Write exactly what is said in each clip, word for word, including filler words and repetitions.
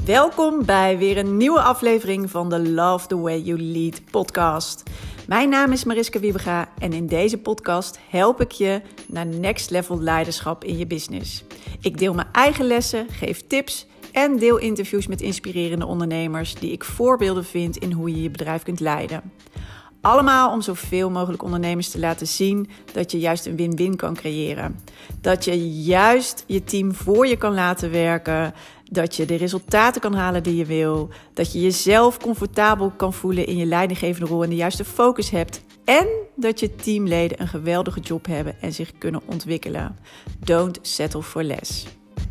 Welkom bij weer een nieuwe aflevering van de Love the Way You Lead podcast. Mijn naam is Mariska Wiebega en in deze podcast help ik je naar next level leiderschap in je business. Ik deel mijn eigen lessen, geef tips en deel interviews met inspirerende ondernemers die ik voorbeelden vind in hoe je je bedrijf kunt leiden. Allemaal om zoveel mogelijk ondernemers te laten zien dat je juist een win-win kan creëren. Dat je juist je team voor je kan laten werken. Dat je de resultaten kan halen die je wil. Dat je jezelf comfortabel kan voelen in je leidinggevende rol en de juiste focus hebt. En dat je teamleden een geweldige job hebben en zich kunnen ontwikkelen. Don't settle for less.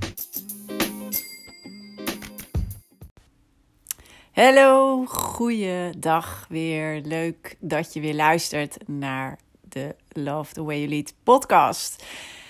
Hallo, goeiedag weer. Leuk dat je weer luistert naar de Love the Way You Lead podcast.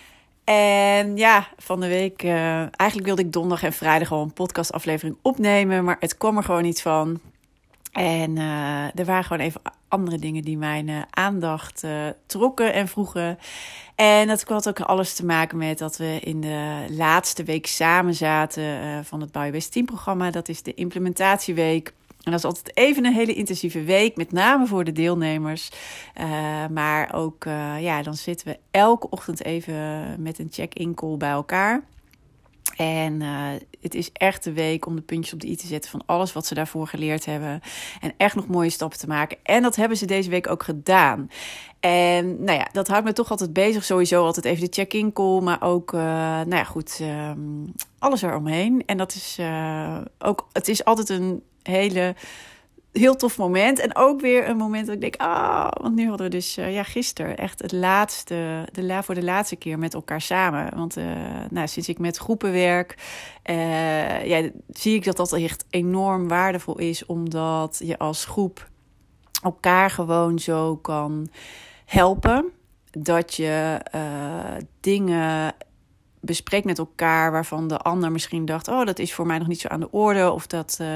En ja, van de week, uh, eigenlijk wilde ik donderdag en vrijdag al een podcastaflevering opnemen, maar het kwam er gewoon niet van. En uh, er waren gewoon even andere dingen die mijn uh, aandacht uh, trokken en vroegen. En dat had ook alles te maken met dat we in de laatste week samen zaten uh, van het Bouw Je Best teamprogramma. Dat is de implementatieweek. En dat is altijd even een hele intensieve week, met name voor de deelnemers. Uh, maar ook, uh, ja, dan zitten we elke ochtend even met een check-in call bij elkaar. En uh, het is echt de week om de puntjes op de i te zetten van alles wat ze daarvoor geleerd hebben. En echt nog mooie stappen te maken. En dat hebben ze deze week ook gedaan. En nou ja, dat houdt me toch altijd bezig. Sowieso altijd even de check-in call. Maar ook, uh, nou ja, goed, uh, alles eromheen. En dat is uh, ook, het is altijd een hele... heel tof moment. En ook weer een moment dat ik denk, ah, want nu hadden we dus uh, ja, gisteren echt het laatste, de la, voor de laatste keer met elkaar samen. Want uh, nou, sinds ik met groepen werk, uh, ja, zie ik dat dat echt enorm waardevol is, omdat je als groep elkaar gewoon zo kan helpen. Dat je uh, dingen bespreekt met elkaar waarvan de ander misschien dacht, oh, dat is voor mij nog niet zo aan de orde. Of dat uh,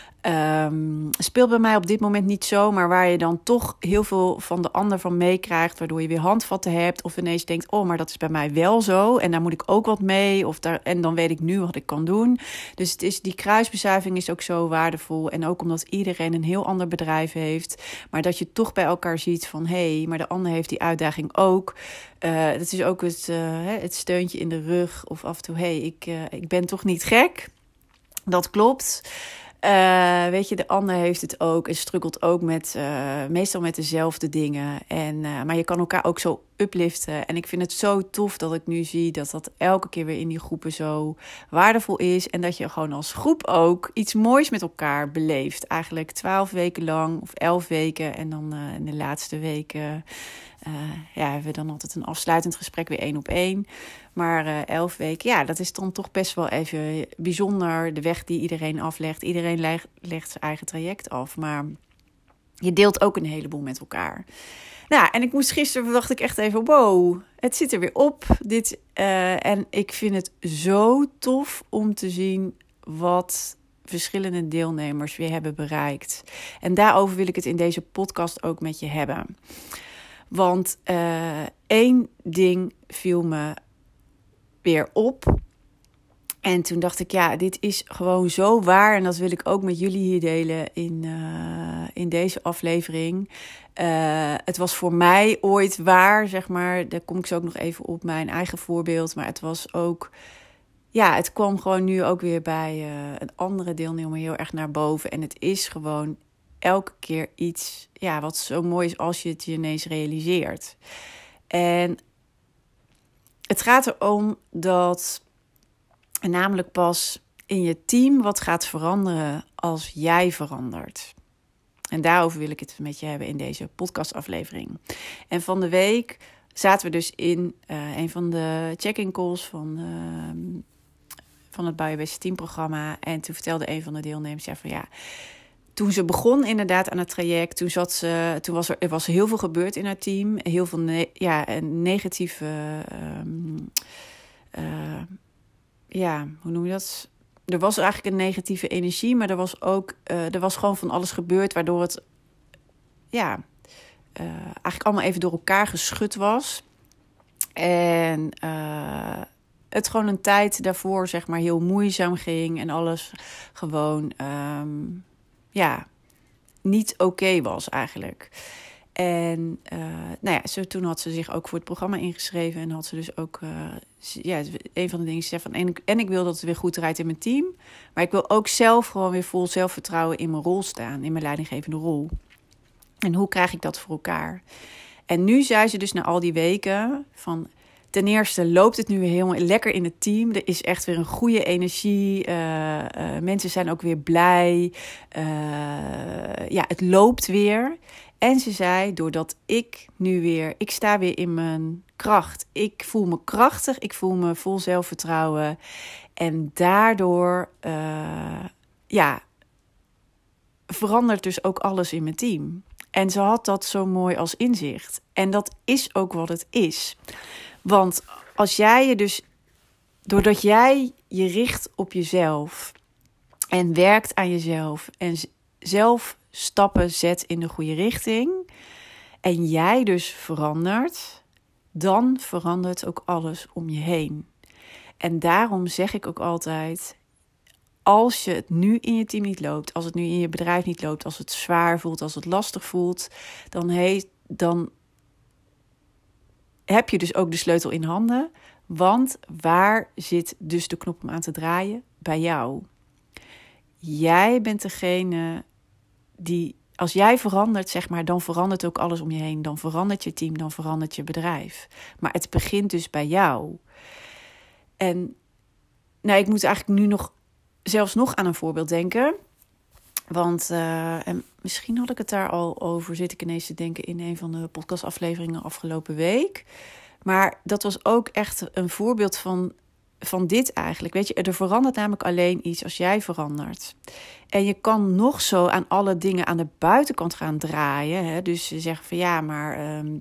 um, speelt bij mij op dit moment niet zo. Maar waar je dan toch heel veel van de ander van meekrijgt. Waardoor je weer handvatten hebt. Of ineens denkt, oh, maar dat is bij mij wel zo. En daar moet ik ook wat mee. Of daar, en dan weet ik nu wat ik kan doen. Dus het is, die kruisbestuiving is ook zo waardevol. En ook omdat iedereen een heel ander bedrijf heeft. Maar dat je toch bij elkaar ziet van, hé, hey, maar de ander heeft die uitdaging ook. Uh, dat is ook het, uh, het steuntje in de rug. Of af en toe, hé, hey, ik, uh, ik ben toch niet gek. Dat klopt. Uh, weet je, de ander heeft het ook en struggelt ook met, uh, meestal met dezelfde dingen. En, uh, maar je kan elkaar ook zo upliften. En ik vind het zo tof dat ik nu zie dat dat elke keer weer in die groepen zo waardevol is. En dat je gewoon als groep ook iets moois met elkaar beleeft. Eigenlijk twaalf weken lang of elf weken. En dan uh, in de laatste weken uh, ja, hebben we dan altijd een afsluitend gesprek weer één op één. Maar uh, elf weken, ja, dat is dan toch best wel even bijzonder. De weg die iedereen aflegt. Iedereen legt, legt zijn eigen traject af. Maar je deelt ook een heleboel met elkaar. Nou, en ik moest gisteren, dacht ik echt even, wow, het zit er weer op. Dit, uh, en ik vind het zo tof om te zien wat verschillende deelnemers weer hebben bereikt. En daarover wil ik het in deze podcast ook met je hebben. Want uh, één ding viel me weer op. En toen dacht ik, ja, dit is gewoon zo waar. En dat wil ik ook met jullie hier delen in, uh, in deze aflevering. Uh, het was voor mij ooit waar, zeg maar. Daar kom ik zo ook nog even op, mijn eigen voorbeeld. Maar het was ook, ja, het kwam gewoon nu ook weer bij uh, een andere deelnemer heel erg naar boven. En het is gewoon elke keer iets, ja, wat zo mooi is als je het je ineens realiseert. En het gaat erom dat namelijk pas in je team wat gaat veranderen als jij verandert. En daarover wil ik het met je hebben in deze podcastaflevering. En van de week zaten we dus in uh, een van de check-in calls van, uh, van het Bouw Je Best teamprogramma. En toen vertelde een van de deelnemers ja, van ja, toen ze begon inderdaad aan het traject, toen, zat ze, toen was er, er was heel veel gebeurd in haar team. Heel veel ne- ja, negatieve, um, uh, ja, hoe noem je dat? Er was eigenlijk een negatieve energie, maar er was ook, uh, er was gewoon van alles gebeurd, waardoor het, ja, uh, eigenlijk allemaal even door elkaar geschud was. En uh, het gewoon een tijd daarvoor zeg maar heel moeizaam ging en alles gewoon um, ja, niet oké okay was eigenlijk. En uh, nou ja, zo, toen had ze zich ook voor het programma ingeschreven en had ze dus ook, uh, ja, een van de dingen, ze zei van, en ik, en ik wil dat het weer goed draait in mijn team, maar ik wil ook zelf gewoon weer vol zelfvertrouwen in mijn rol staan, in mijn leidinggevende rol. En hoe krijg ik dat voor elkaar? En nu zei ze dus na al die weken van, ten eerste loopt het nu weer helemaal lekker in het team. Er is echt weer een goede energie. Uh, uh, mensen zijn ook weer blij. Uh, ja, het loopt weer. En ze zei, doordat ik nu weer, ik sta weer in mijn kracht. Ik voel me krachtig, ik voel me vol zelfvertrouwen. En daardoor, uh, ja, verandert dus ook alles in mijn team. En ze had dat zo mooi als inzicht. En dat is ook wat het is. Want als jij je dus, doordat jij je richt op jezelf en werkt aan jezelf en zelf stappen zet in de goede richting en jij dus verandert, dan verandert ook alles om je heen. En daarom zeg ik ook altijd, als je het nu in je team niet loopt, als het nu in je bedrijf niet loopt, als het zwaar voelt, als het lastig voelt, dan, he, dan heb je dus ook de sleutel in handen. Want waar zit dus de knop om aan te draaien? Bij jou. Jij bent degene die, als jij verandert, zeg maar, dan verandert ook alles om je heen. Dan verandert je team, dan verandert je bedrijf. Maar het begint dus bij jou. En nou, ik moet eigenlijk nu nog zelfs nog aan een voorbeeld denken. Want uh, en misschien had ik het daar al over, zit ik ineens te denken in een van de podcastafleveringen afgelopen week. Maar dat was ook echt een voorbeeld van, van dit eigenlijk. Weet je, er verandert namelijk alleen iets als jij verandert. En je kan nog zo aan alle dingen aan de buitenkant gaan draaien. Hè? Dus ze zeggen van ja, maar Um,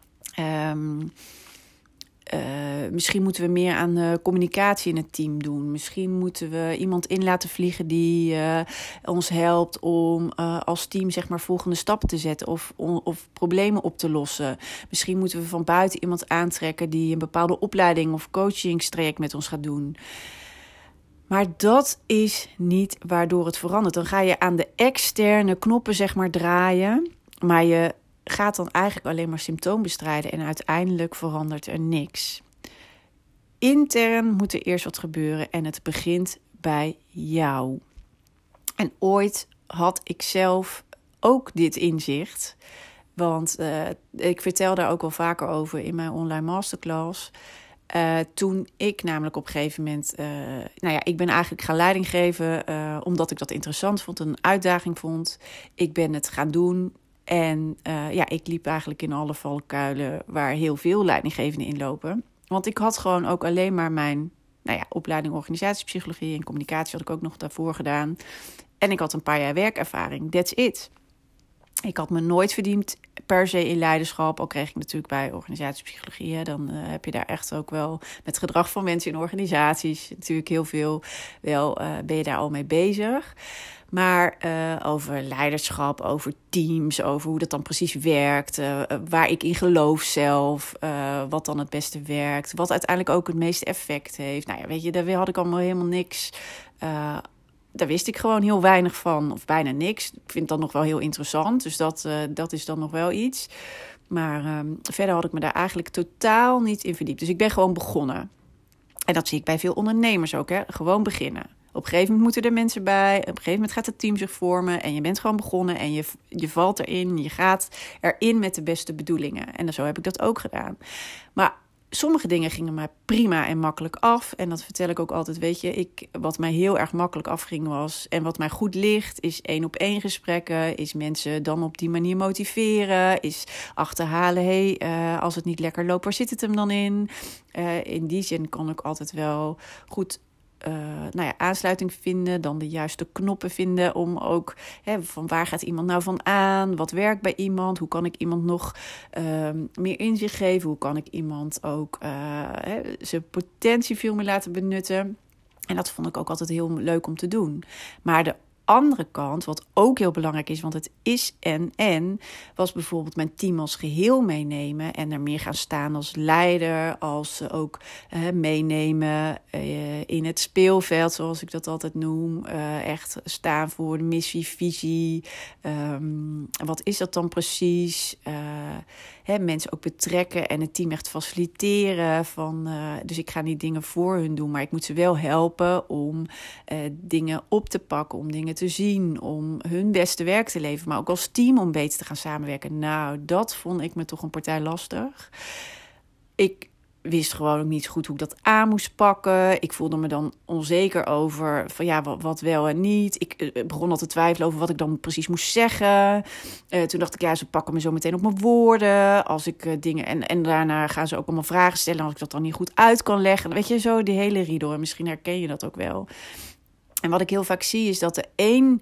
um, Uh, misschien moeten we meer aan uh, communicatie in het team doen. Misschien moeten we iemand in laten vliegen die uh, ons helpt om uh, als team zeg maar volgende stappen te zetten of, of problemen op te lossen. Misschien moeten we van buiten iemand aantrekken die een bepaalde opleiding of coachingstraject met ons gaat doen. Maar dat is niet waardoor het verandert. Dan ga je aan de externe knoppen zeg maar draaien, maar je gaat dan eigenlijk alleen maar symptoom bestrijden en uiteindelijk verandert er niks. Intern moet er eerst wat gebeuren en het begint bij jou. En ooit had ik zelf ook dit inzicht, want uh, ik vertel daar ook wel vaker over in mijn online masterclass. Uh, toen ik namelijk op een gegeven moment, uh, nou ja, ik ben eigenlijk gaan leiding geven uh, omdat ik dat interessant vond, een uitdaging vond. Ik ben het gaan doen. En uh, ja, ik liep eigenlijk in alle valkuilen waar heel veel leidinggevenden in lopen. Want ik had gewoon ook alleen maar mijn nou ja, opleiding organisatiepsychologie en communicatie had ik ook nog daarvoor gedaan. En ik had een paar jaar werkervaring. That's it. Ik had me nooit verdiend per se in leiderschap. Al kreeg ik natuurlijk bij organisatiepsychologie. Hè, dan uh, heb je daar echt ook wel met gedrag van mensen in organisaties. Natuurlijk heel veel wel uh, ben je daar al mee bezig. Maar uh, over leiderschap, over teams, over hoe dat dan precies werkt. Uh, waar ik in geloof zelf. Uh, wat dan het beste werkt. Wat uiteindelijk ook het meeste effect heeft. Nou ja, weet je, daar had ik allemaal helemaal niks. Uh, daar wist ik gewoon heel weinig van. Of bijna niks. Ik vind dat nog wel heel interessant. Dus dat, uh, dat is dan nog wel iets. Maar um, verder had ik me daar eigenlijk totaal niet in verdiept. Dus ik ben gewoon begonnen. En dat zie ik bij veel ondernemers ook. Hè? Gewoon beginnen. Op een gegeven moment moeten er mensen bij. Op een gegeven moment gaat het team zich vormen. En je bent gewoon begonnen. En je, je valt erin. Je gaat erin met de beste bedoelingen. En zo heb ik dat ook gedaan. Maar sommige dingen gingen mij prima en makkelijk af. En dat vertel ik ook altijd. Weet je, ik, wat mij heel erg makkelijk afging was. En wat mij goed ligt. Is één op één gesprekken. Is mensen dan op die manier motiveren. Is achterhalen. Hé, hey, uh, als het niet lekker loopt, waar zit het hem dan in? Uh, in die zin kan ik altijd wel goed Uh, nou ja, aansluiting vinden, dan de juiste knoppen vinden om ook, hè, van waar gaat iemand nou van aan, wat werkt bij iemand, hoe kan ik iemand nog uh, meer inzicht geven, hoe kan ik iemand ook uh, hè, zijn potentie veel meer laten benutten. En dat vond ik ook altijd heel leuk om te doen. Maar de andere kant, wat ook heel belangrijk is, want het is en en, was bijvoorbeeld mijn team als geheel meenemen en er meer gaan staan als leider, als uh, ook uh, meenemen uh, in het speelveld, zoals ik dat altijd noem. Uh, echt staan voor de missie, visie. Um, wat is dat dan precies? Uh, hè, mensen ook betrekken en het team echt faciliteren. Van, uh, dus ik ga niet dingen voor hun doen, maar ik moet ze wel helpen om uh, dingen op te pakken, om dingen te zien, om hun beste werk te leveren, maar ook als team om beter te gaan samenwerken. Nou, dat vond ik me toch een partij lastig. Ik wist gewoon ook niet goed hoe ik dat aan moest pakken. Ik voelde me dan onzeker over van ja, wat, wat wel en niet. Ik uh, begon al te twijfelen over wat ik dan precies moest zeggen. Uh, toen dacht ik, ja, ze pakken me zo meteen op mijn woorden. Als ik uh, dingen en, en daarna gaan ze ook allemaal vragen stellen als ik dat dan niet goed uit kan leggen. Weet je, zo die hele riedel. En misschien herken je dat ook wel. En wat ik heel vaak zie is dat de een,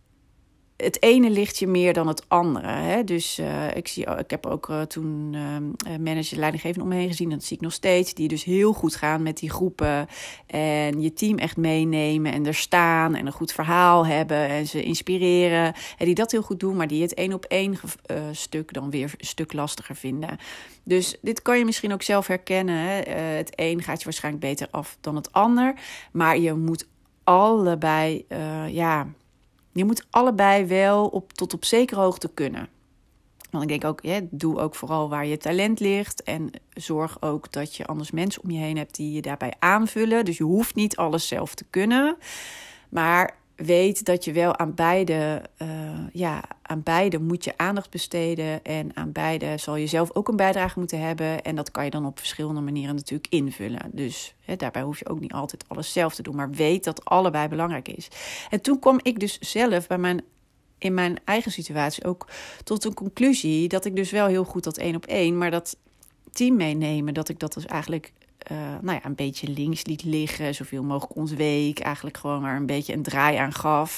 het ene ligt je meer dan het andere. Hè? Dus uh, ik, zie, ik heb ook uh, toen uh, manager leidinggevenden om me heen gezien. En dat zie ik nog steeds. Die dus heel goed gaan met die groepen. En je team echt meenemen en er staan. En een goed verhaal hebben. En ze inspireren. En die dat heel goed doen. Maar die het één op één uh, stuk dan weer een stuk lastiger vinden. Dus dit kan je misschien ook zelf herkennen. Hè? Uh, het een gaat je waarschijnlijk beter af dan het ander. Maar je moet allebei, uh, ja... Je moet allebei wel op, tot op zekere hoogte kunnen. Want ik denk ook, ja, doe ook vooral waar je talent ligt. En zorg ook dat je anders mensen om je heen hebt die je daarbij aanvullen. Dus je hoeft niet alles zelf te kunnen. Maar weet dat je wel aan beide, uh, ja, aan beide moet je aandacht besteden. En aan beide zal je zelf ook een bijdrage moeten hebben. En dat kan je dan op verschillende manieren natuurlijk invullen. Dus hè, daarbij hoef je ook niet altijd alles zelf te doen. Maar weet dat allebei belangrijk is. En toen kwam ik dus zelf bij mijn, in mijn eigen situatie ook tot een conclusie. Dat ik dus wel heel goed dat één op één. Maar dat team meenemen, dat ik dat dus eigenlijk... Uh, nou ja, een beetje links liet liggen, zoveel mogelijk ontweek, eigenlijk gewoon maar een beetje een draai aan gaf.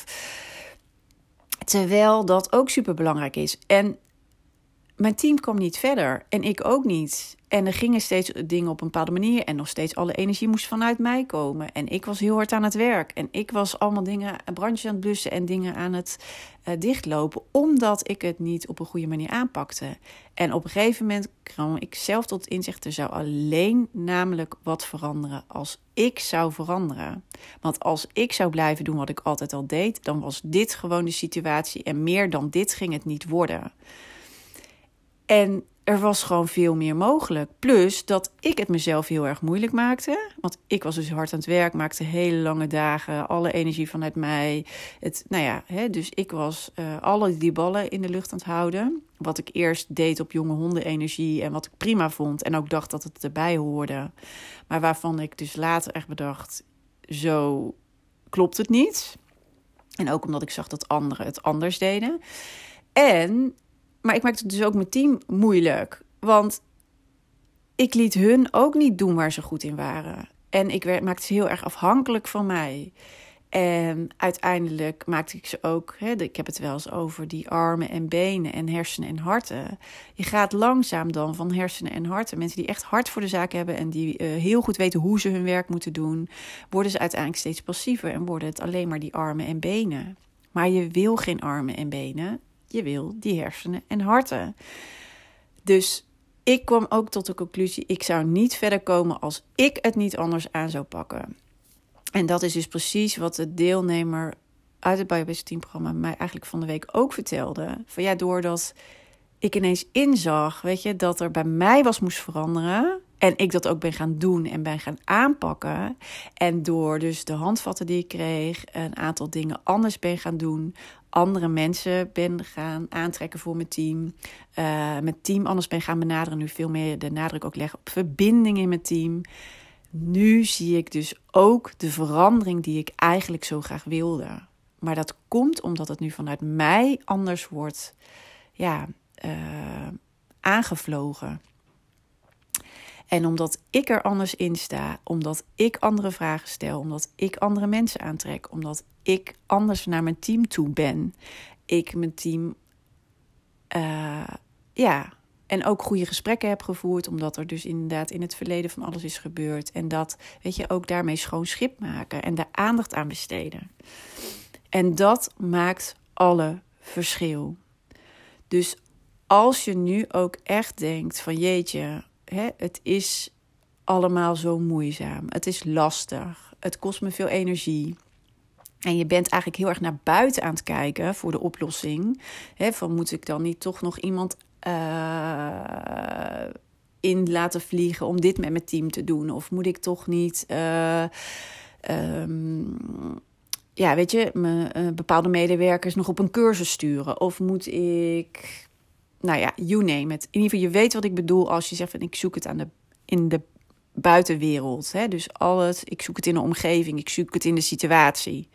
Terwijl dat ook super belangrijk is. En mijn team kwam niet verder en ik ook niet. En er gingen steeds dingen op een bepaalde manier en nog steeds alle energie moest vanuit mij komen. En ik was heel hard aan het werk en ik was allemaal dingen, brandjes aan het blussen en dingen aan het uh, dichtlopen, omdat ik het niet op een goede manier aanpakte. En op een gegeven moment kwam ik zelf tot het inzicht, er zou alleen namelijk wat veranderen als ik zou veranderen. Want als ik zou blijven doen wat ik altijd al deed, dan was dit gewoon de situatie en meer dan dit ging het niet worden. En er was gewoon veel meer mogelijk. Plus dat ik het mezelf heel erg moeilijk maakte. Want ik was dus hard aan het werk, maakte hele lange dagen, alle energie vanuit mij. Het, nou ja, hè, dus ik was uh, alle die ballen in de lucht aan het houden. Wat ik eerst deed op jonge honden energie en wat ik prima vond. En ook dacht dat het erbij hoorde. Maar waarvan ik dus later echt bedacht, zo klopt het niet. En ook omdat ik zag dat anderen het anders deden. En... Maar ik maakte het dus ook mijn team moeilijk. Want ik liet hun ook niet doen waar ze goed in waren. En ik maakte ze heel erg afhankelijk van mij. En uiteindelijk maakte ik ze ook... Hè, ik heb het wel eens over die armen en benen en hersenen en harten. Je gaat langzaam dan van hersenen en harten. Mensen die echt hard voor de zaak hebben... en die uh, heel goed weten hoe ze hun werk moeten doen... worden ze uiteindelijk steeds passiever... en worden het alleen maar die armen en benen. Maar je wil geen armen en benen... Je wil die hersenen en harten. Dus ik kwam ook tot de conclusie... ik zou niet verder komen als ik het niet anders aan zou pakken. En dat is dus precies wat de deelnemer uit het Biobased Teamprogramma... mij eigenlijk van de week ook vertelde. Van ja, doordat ik ineens inzag... weet je, dat er bij mij was moest veranderen... en ik dat ook ben gaan doen en ben gaan aanpakken... en door dus de handvatten die ik kreeg... een aantal dingen anders ben gaan doen... andere mensen ben gaan aantrekken voor mijn team. Uh, mijn team anders ben gaan benaderen. Nu veel meer de nadruk ook leggen op verbinding in mijn team. Nu zie ik dus ook de verandering die ik eigenlijk zo graag wilde. Maar dat komt omdat het nu vanuit mij anders wordt ja, uh, aangevlogen. En omdat ik er anders in sta, omdat ik andere vragen stel, omdat ik andere mensen aantrek, omdat ik anders naar mijn team toe ben. Ik mijn team, uh, ja, en ook goede gesprekken heb gevoerd, omdat er dus inderdaad in het verleden van alles is gebeurd. En dat, weet je, ook daarmee schoon schip maken en daar aandacht aan besteden. En dat maakt alle verschil. Dus als je nu ook echt denkt van jeetje, hè, het is allemaal zo moeizaam. Het is lastig. Het kost me veel energie. En je bent eigenlijk heel erg naar buiten aan het kijken voor de oplossing. Hè, van moet ik dan niet toch nog iemand uh, in laten vliegen om dit met mijn team te doen? Of moet ik toch niet... Uh, um, ja, weet je, me, uh, bepaalde medewerkers nog op een cursus sturen? Of moet ik... Nou ja, you name it. In ieder geval, je weet wat ik bedoel als je zegt van ik zoek het aan de, in de buitenwereld. Hè? Dus al het, ik zoek het in de omgeving, ik zoek het in de situatie.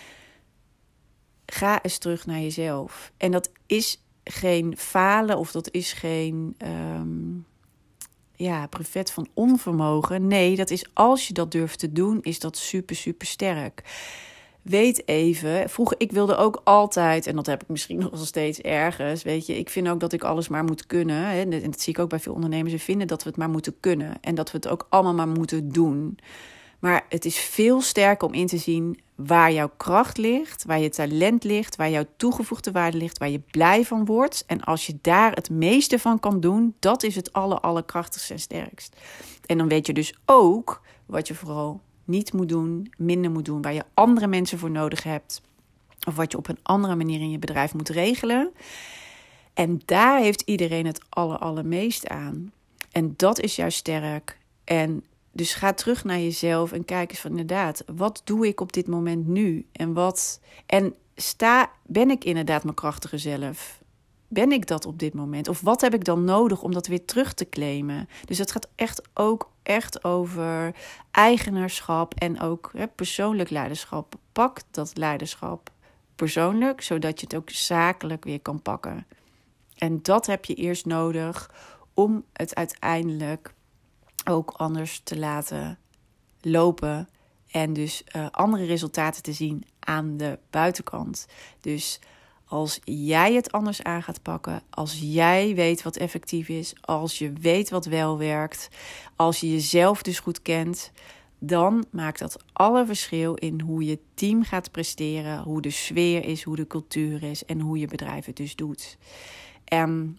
Ga eens terug naar jezelf. En dat is geen falen of dat is geen um, ja, brevet van onvermogen. Nee, dat is als je dat durft te doen, is dat super, super sterk. Weet even, vroeger, ik wilde ook altijd, en dat heb ik misschien nog steeds ergens, weet je, ik vind ook dat ik alles maar moet kunnen. Hè, en dat zie ik ook bij veel ondernemers, ze vinden dat we het maar moeten kunnen. En dat we het ook allemaal maar moeten doen. Maar het is veel sterker om in te zien waar jouw kracht ligt, waar je talent ligt, waar jouw toegevoegde waarde ligt, waar je blij van wordt. En als je daar het meeste van kan doen, dat is het aller, allerkrachtigste en sterkst. En dan weet je dus ook wat je vooral niet moet doen, minder moet doen, waar je andere mensen voor nodig hebt. Of wat je op een andere manier in je bedrijf moet regelen. En daar heeft iedereen het aller, allermeest aan. En dat is juist sterk. En dus ga terug naar jezelf en kijk eens van inderdaad, wat doe ik op dit moment nu? En wat en sta, ben ik inderdaad mijn krachtige zelf? Ben ik dat op dit moment? Of wat heb ik dan nodig om dat weer terug te claimen? Dus het gaat echt ook echt over eigenaarschap en ook hè, persoonlijk leiderschap. Pak dat leiderschap persoonlijk, zodat je het ook zakelijk weer kan pakken. En dat heb je eerst nodig om het uiteindelijk ook anders te laten lopen. En dus uh, andere resultaten te zien aan de buitenkant. Dus als jij het anders aan gaat pakken, als jij weet wat effectief is, als je weet wat wel werkt, als je jezelf dus goed kent, dan maakt dat alle verschil in hoe je team gaat presteren, hoe de sfeer is, hoe de cultuur is en hoe je bedrijf het dus doet. En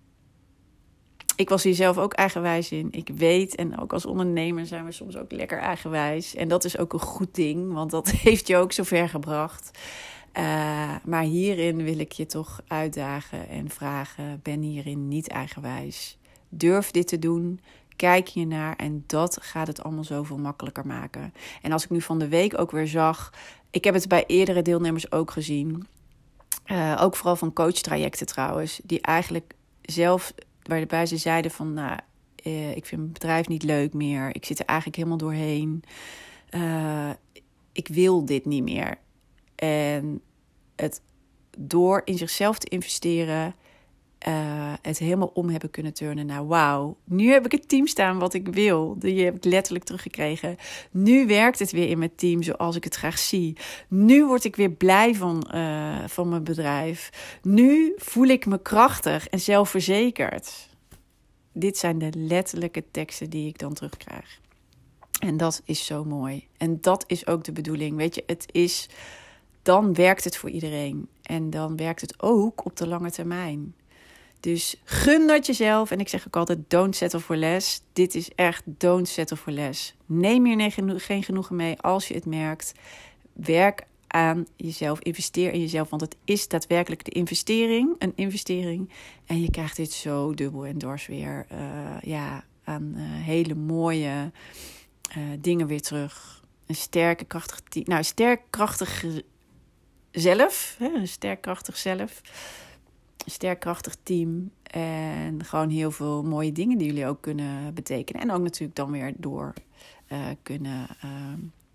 ik was hier zelf ook eigenwijs in. Ik weet, en ook als ondernemer zijn we soms ook lekker eigenwijs. En dat is ook een goed ding, want dat heeft je ook zo ver gebracht. Uh, maar hierin wil ik je toch uitdagen en vragen, ben hierin niet eigenwijs. Durf dit te doen, kijk hiernaar en dat gaat het allemaal zoveel makkelijker maken. En als ik nu van de week ook weer zag, ik heb het bij eerdere deelnemers ook gezien. Uh, ook vooral van coachtrajecten trouwens, die eigenlijk zelf, waarbij ze zeiden van, nou, uh, ik vind mijn bedrijf niet leuk meer. Ik zit er eigenlijk helemaal doorheen. Uh, ik wil dit niet meer. En het door in zichzelf te investeren, uh, het helemaal om hebben kunnen turnen naar wauw. Nu heb ik het team staan wat ik wil. Die heb ik letterlijk teruggekregen. Nu werkt het weer in mijn team zoals ik het graag zie. Nu word ik weer blij van, uh, van mijn bedrijf. Nu voel ik me krachtig en zelfverzekerd. Dit zijn de letterlijke teksten die ik dan terugkrijg. En dat is zo mooi. En dat is ook de bedoeling. Weet je, het is, dan werkt het voor iedereen. En dan werkt het ook op de lange termijn. Dus gun dat jezelf. En ik zeg ook altijd, don't settle for less. Dit is echt don't settle for less. Neem hier geen genoegen mee als je het merkt. Werk aan jezelf. Investeer in jezelf. Want het is daadwerkelijk de investering. Een investering. En je krijgt dit zo dubbel en dwars weer. Uh, ja, aan uh, hele mooie uh, dingen weer terug. Een sterke, krachtig team. Nou, sterk, krachtig zelf. Hè? Een sterk, krachtig zelf. Een sterk, krachtig team. En gewoon heel veel mooie dingen die jullie ook kunnen betekenen. En ook natuurlijk dan weer door uh, kunnen uh,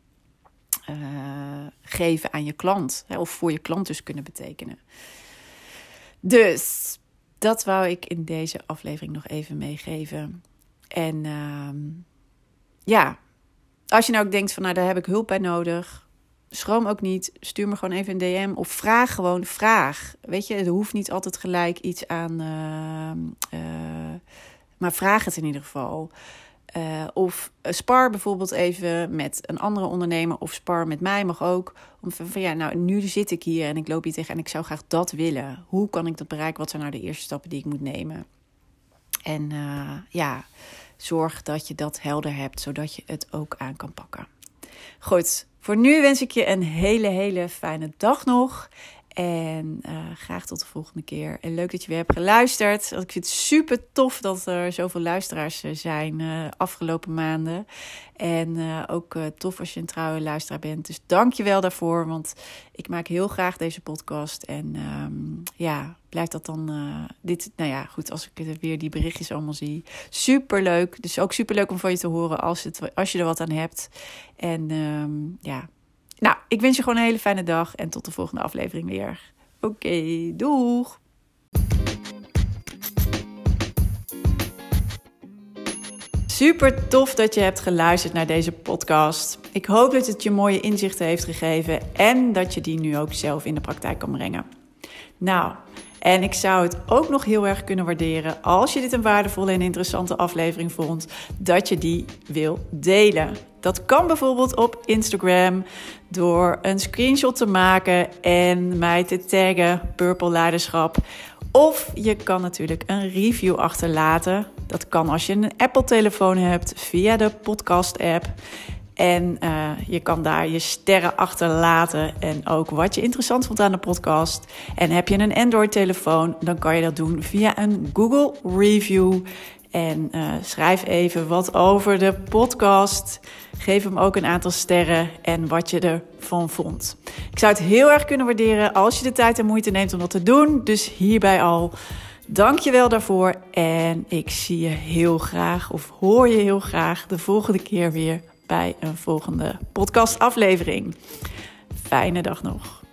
uh, geven aan je klant. Hè? Of voor je klant dus kunnen betekenen. Dus dat wou ik in deze aflevering nog even meegeven. En uh, ja, als je nou ook denkt van nou daar heb ik hulp bij nodig. Schroom ook niet. Stuur me gewoon even een D M. Of vraag gewoon. Vraag. Weet je, er hoeft niet altijd gelijk iets aan. Uh, uh, maar vraag het in ieder geval. Uh, of uh, spar bijvoorbeeld even met een andere ondernemer. Of spar met mij mag ook. Om van, van ja, nou nu zit ik hier en ik loop hier tegen en ik zou graag dat willen. Hoe kan ik dat bereiken? Wat zijn nou de eerste stappen die ik moet nemen? En uh, ja, zorg dat je dat helder hebt, zodat je het ook aan kan pakken. Goed, voor nu wens ik je een hele, hele fijne dag nog. En uh, graag tot de volgende keer. En leuk dat je weer hebt geluisterd. Ik vind het super tof dat er zoveel luisteraars zijn uh, afgelopen maanden. En uh, ook uh, tof als je een trouwe luisteraar bent. Dus dank je wel daarvoor. Want ik maak heel graag deze podcast. En um, ja, blijft dat dan... Uh, dit, nou ja, goed, als ik weer die berichtjes allemaal zie. Super leuk. Dus ook super leuk om van je te horen als, het, als je er wat aan hebt. En um, ja... Nou, ik wens je gewoon een hele fijne dag en tot de volgende aflevering weer. Oké, okay, doeg! Super tof dat je hebt geluisterd naar deze podcast. Ik hoop dat het je mooie inzichten heeft gegeven en dat je die nu ook zelf in de praktijk kan brengen. Nou, en ik zou het ook nog heel erg kunnen waarderen als je dit een waardevolle en interessante aflevering vond, dat je die wil delen. Dat kan bijvoorbeeld op Instagram door een screenshot te maken en mij te taggen, Purple Leiderschap. Of je kan natuurlijk een review achterlaten. Dat kan als je een Apple-telefoon hebt via de podcast-app. En uh, je kan daar je sterren achterlaten en ook wat je interessant vond aan de podcast. En heb je een Android-telefoon, dan kan je dat doen via een Google Review. En uh, schrijf even wat over de podcast. Geef hem ook een aantal sterren en wat je ervan vond. Ik zou het heel erg kunnen waarderen als je de tijd en moeite neemt om dat te doen. Dus hierbij al, dank je wel daarvoor. En ik zie je heel graag of hoor je heel graag de volgende keer weer bij een volgende podcastaflevering. Fijne dag nog.